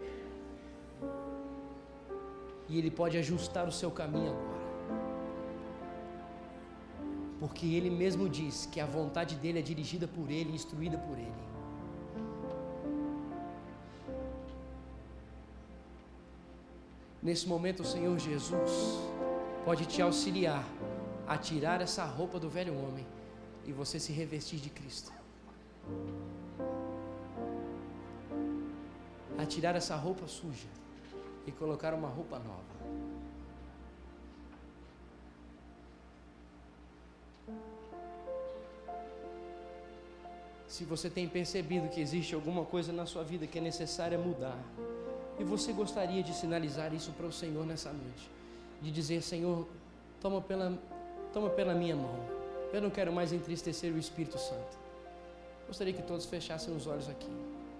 E Ele pode ajustar o seu caminho agora. Porque Ele mesmo diz que a vontade dEle é dirigida por Ele, instruída por Ele. Nesse momento o Senhor Jesus pode te auxiliar a tirar essa roupa do velho homem e você se revestir de Cristo. A tirar essa roupa suja e colocar uma roupa nova. Se você tem percebido que existe alguma coisa na sua vida que é necessária mudar, e você gostaria de sinalizar isso para o Senhor nessa noite, de dizer: Senhor, toma pela, toma pela minha mão, eu não quero mais entristecer o Espírito Santo. Gostaria que todos fechassem os olhos aqui.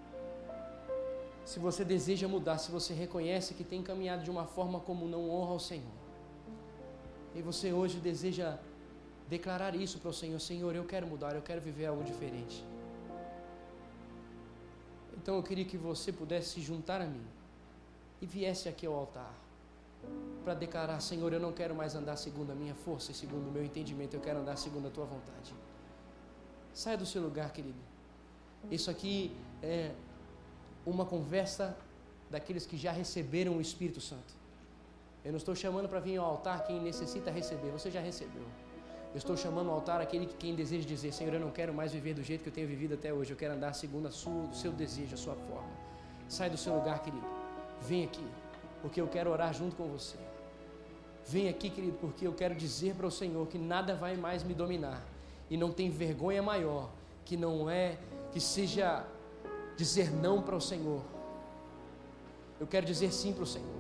Se você deseja mudar, se você reconhece que tem caminhado de uma forma como não honra ao Senhor, e você hoje deseja declarar isso para o Senhor: Senhor, eu quero mudar, eu quero viver algo diferente. Então eu queria que você pudesse se juntar a mim e viesse aqui ao altar para declarar: Senhor, eu não quero mais andar segundo a minha força e segundo o meu entendimento, eu quero andar segundo a Tua vontade. Saia do seu lugar, querido. Isso aqui é uma conversa daqueles que já receberam o Espírito Santo. Eu não estou chamando para vir ao altar quem necessita receber, você já recebeu. Eu estou chamando ao altar aquele que quem deseja dizer: Senhor, eu não quero mais viver do jeito que eu tenho vivido até hoje, eu quero andar segundo a sua, o seu desejo, a sua forma. Sai do seu lugar, querido. Vem aqui, porque eu quero orar junto com você. Vem aqui, querido, porque eu quero dizer para o Senhor que nada vai mais me dominar. E não tem vergonha maior que não é, que seja dizer não para o Senhor. Eu quero dizer sim para o Senhor.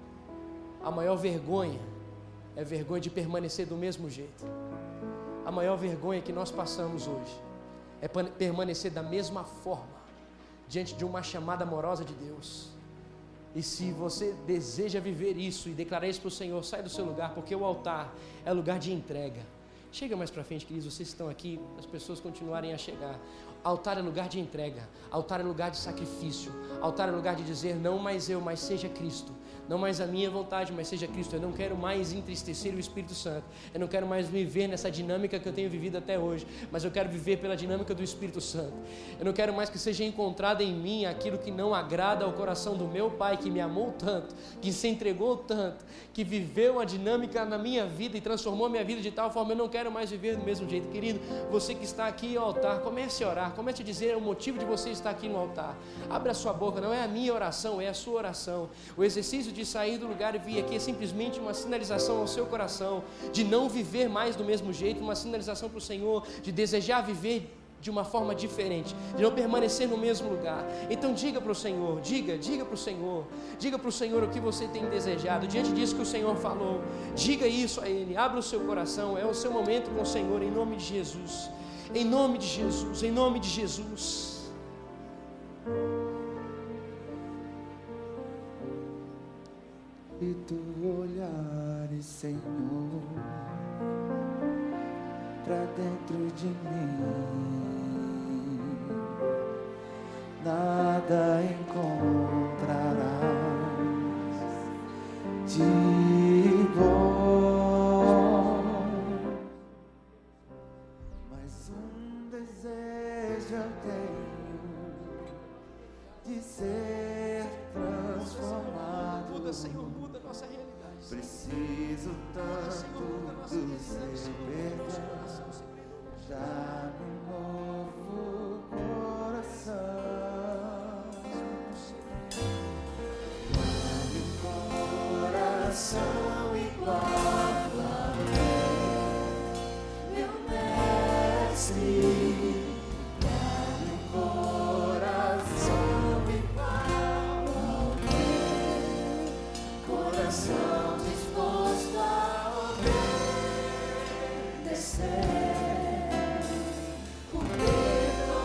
A maior vergonha é a vergonha de permanecer do mesmo jeito. A maior vergonha que nós passamos hoje é permanecer da mesma forma diante de uma chamada amorosa de Deus. E se você deseja viver isso e declarar isso para o Senhor, sai do seu lugar, porque o altar é lugar de entrega. Chega mais para frente, queridos, vocês estão aqui, as pessoas continuarem a chegar. Altar é lugar de entrega, altar é lugar de sacrifício, altar é lugar de dizer: não mais eu, mas seja Cristo. Não mais a minha vontade, mas seja Cristo. Eu não quero mais entristecer o Espírito Santo. Eu não quero mais viver nessa dinâmica que eu tenho vivido até hoje, mas eu quero viver pela dinâmica do Espírito Santo. Eu não quero mais que seja encontrado em mim aquilo que não agrada ao coração do meu Pai, que me amou tanto, que se entregou tanto, que viveu a dinâmica na minha vida e transformou a minha vida de tal forma. Eu não quero mais viver do mesmo jeito. Querido, você que está aqui ao altar, comece a orar, comece a dizer o motivo de você estar aqui no altar. Abra a sua boca, não é a minha oração, é a sua oração. O exercício de sair do lugar e vir aqui é simplesmente uma sinalização ao seu coração de não viver mais do mesmo jeito, uma sinalização para o Senhor de desejar viver de uma forma diferente, de não permanecer no mesmo lugar. Então diga para o Senhor, diga, diga para o Senhor, diga para o Senhor o que você tem desejado, diante disso que o Senhor falou, diga isso a Ele, abra o seu coração, é o seu momento com o Senhor, em nome de Jesus, em nome de Jesus, em nome de Jesus. E tu olhares, Senhor, pra dentro de mim, nada encontrarás de bom, mas um desejo eu tenho de ser transformado. Muda, Senhor, muda a nossa realidade. Preciso tanto do seu perdão, já me novo coração. Dá-me um coração igual a meu mestre. Dá-me um coração igual ao meu coração, disposto a obedecer, cumprir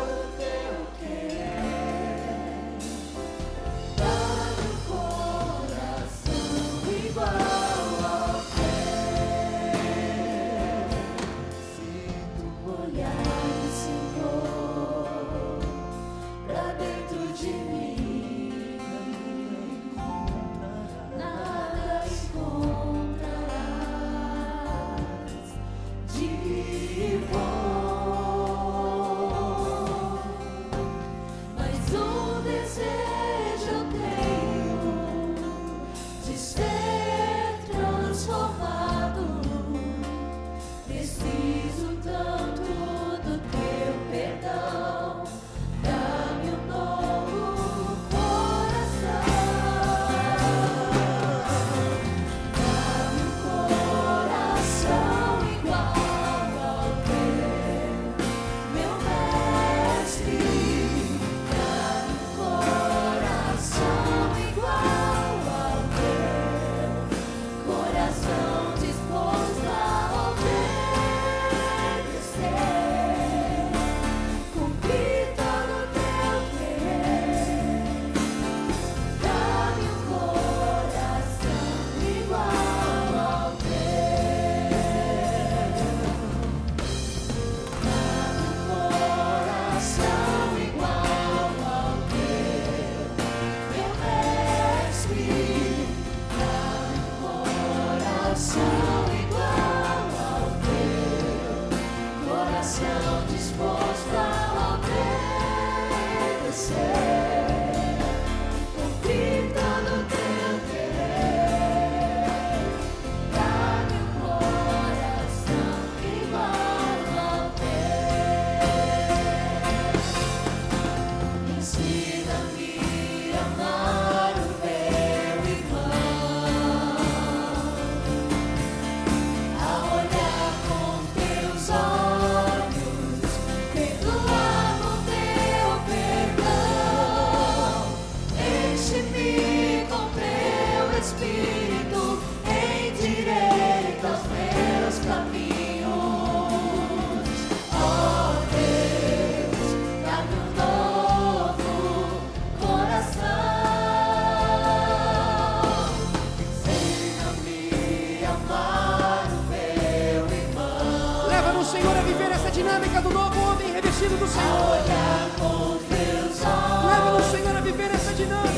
estilo do Senhor. Leva-nos, Senhor, a viver essa dinâmica.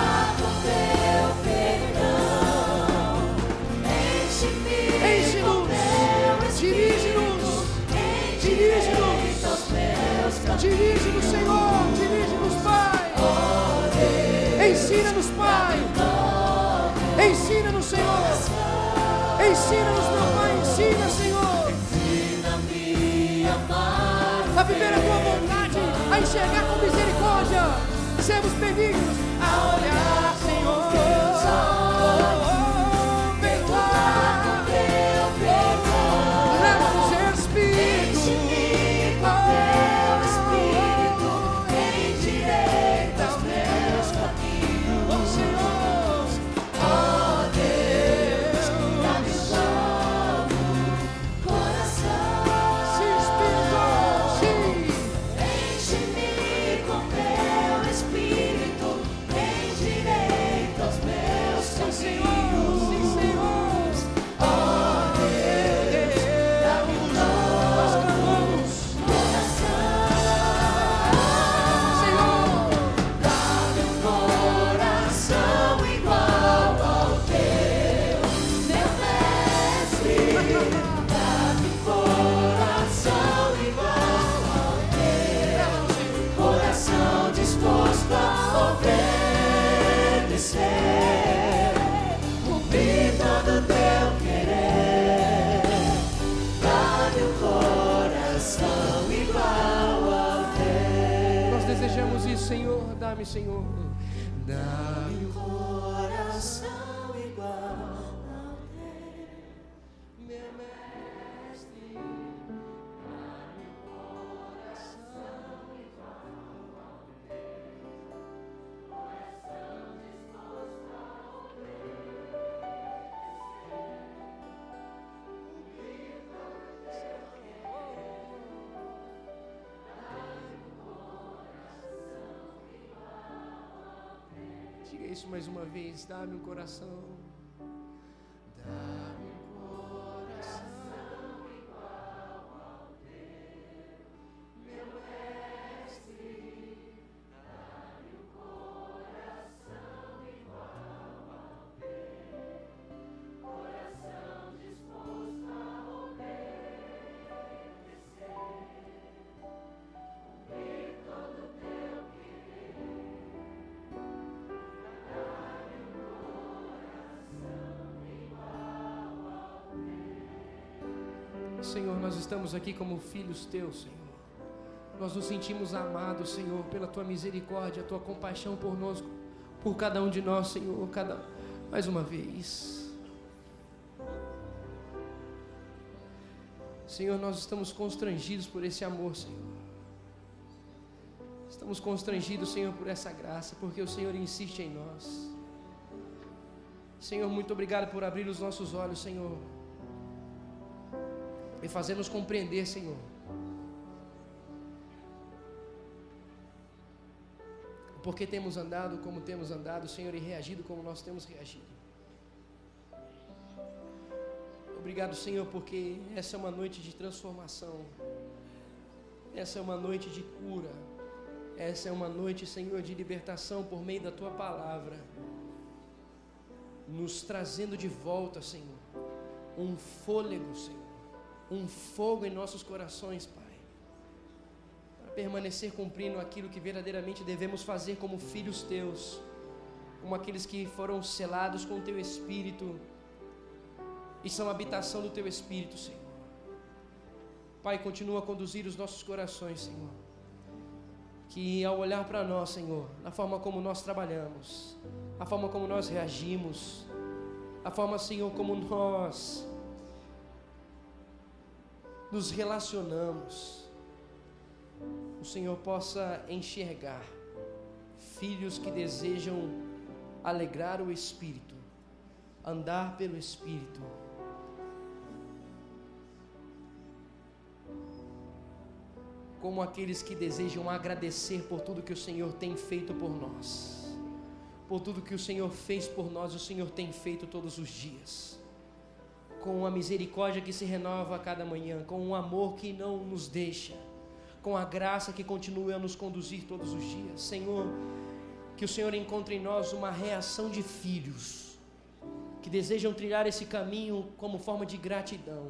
Enche-nos, dirige-nos, dirige-nos, dirige-nos, Senhor, dirige-nos, Pai. Ensina-nos, Pai. Ensina-nos, Senhor. Ensina-nos, meu Pai, ensina, Senhor. A viver a tua vontade, a enxergar com misericórdia. Sermos benignos, a olhar, Senhor. Senhor, dá-me, Senhor, dá-me um coração igual ao teu, meu mestre, dá-me um coração igual ao teu, coração disposto a obedecer, diga isso mais uma vez, dá-me um coração, dá-me um coração igual ao teu, meu mestre, dá-me um coração igual ao teu, coração disposto a obedecer, cumprir todo o teu querer. Senhor, nós estamos aqui como filhos teus, Senhor. Nós nos sentimos amados, Senhor, pela tua misericórdia, a tua compaixão por nós, por cada um de nós, Senhor, cada mais uma vez. Senhor, nós estamos constrangidos por esse amor, Senhor. Estamos constrangidos, Senhor, por essa graça, porque o Senhor insiste em nós. Senhor, muito obrigado por abrir os nossos olhos, Senhor, e fazer-nos compreender, Senhor, porque temos andado como temos andado, Senhor, e reagido como nós temos reagido. Obrigado, Senhor, porque essa é uma noite de transformação, essa é uma noite de cura, essa é uma noite, Senhor, de libertação por meio da tua palavra, nos trazendo de volta, Senhor, um fôlego, Senhor, um fogo em nossos corações, Pai, para permanecer cumprindo aquilo que verdadeiramente devemos fazer como filhos teus, como aqueles que foram selados com o teu Espírito e são a habitação do teu Espírito, Senhor. Pai, continua a conduzir os nossos corações, Senhor, que ao olhar para nós, Senhor, na forma como nós trabalhamos, a forma como nós reagimos, a forma, Senhor, como nós nos relacionamos, o Senhor possa enxergar filhos que desejam alegrar o Espírito, andar pelo Espírito, como aqueles que desejam agradecer por tudo que o Senhor tem feito por nós, por tudo que o Senhor fez por nós, o Senhor tem feito todos os dias, com a misericórdia que se renova a cada manhã, com um amor que não nos deixa, com a graça que continue a nos conduzir todos os dias. Senhor, que o Senhor encontre em nós uma reação de filhos que desejam trilhar esse caminho como forma de gratidão,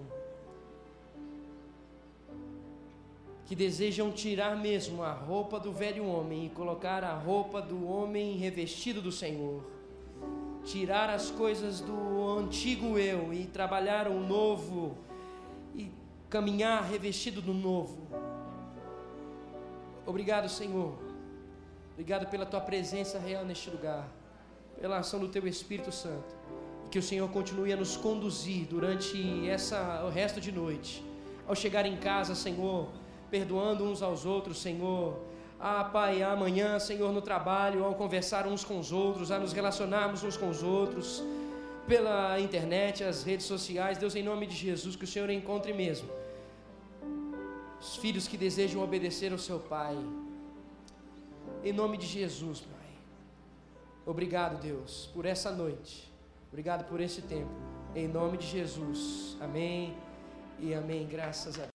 que desejam tirar mesmo a roupa do velho homem e colocar a roupa do homem revestido do Senhor, tirar as coisas do antigo eu e trabalhar o novo e caminhar revestido do novo. Obrigado, Senhor. Obrigado pela Tua presença real neste lugar, pela ação do Teu Espírito Santo. E que o Senhor continue a nos conduzir durante essa, o resto de noite. Ao chegar em casa, Senhor, perdoando uns aos outros, Senhor. Ah, Pai, amanhã, Senhor, no trabalho, ao conversar uns com os outros, a nos relacionarmos uns com os outros, pela internet, as redes sociais. Deus, em nome de Jesus, que o Senhor encontre mesmo os filhos que desejam obedecer ao seu Pai. Em nome de Jesus, Pai. Obrigado, Deus, por essa noite. Obrigado por esse tempo. Em nome de Jesus. Amém e amém. Graças a Deus.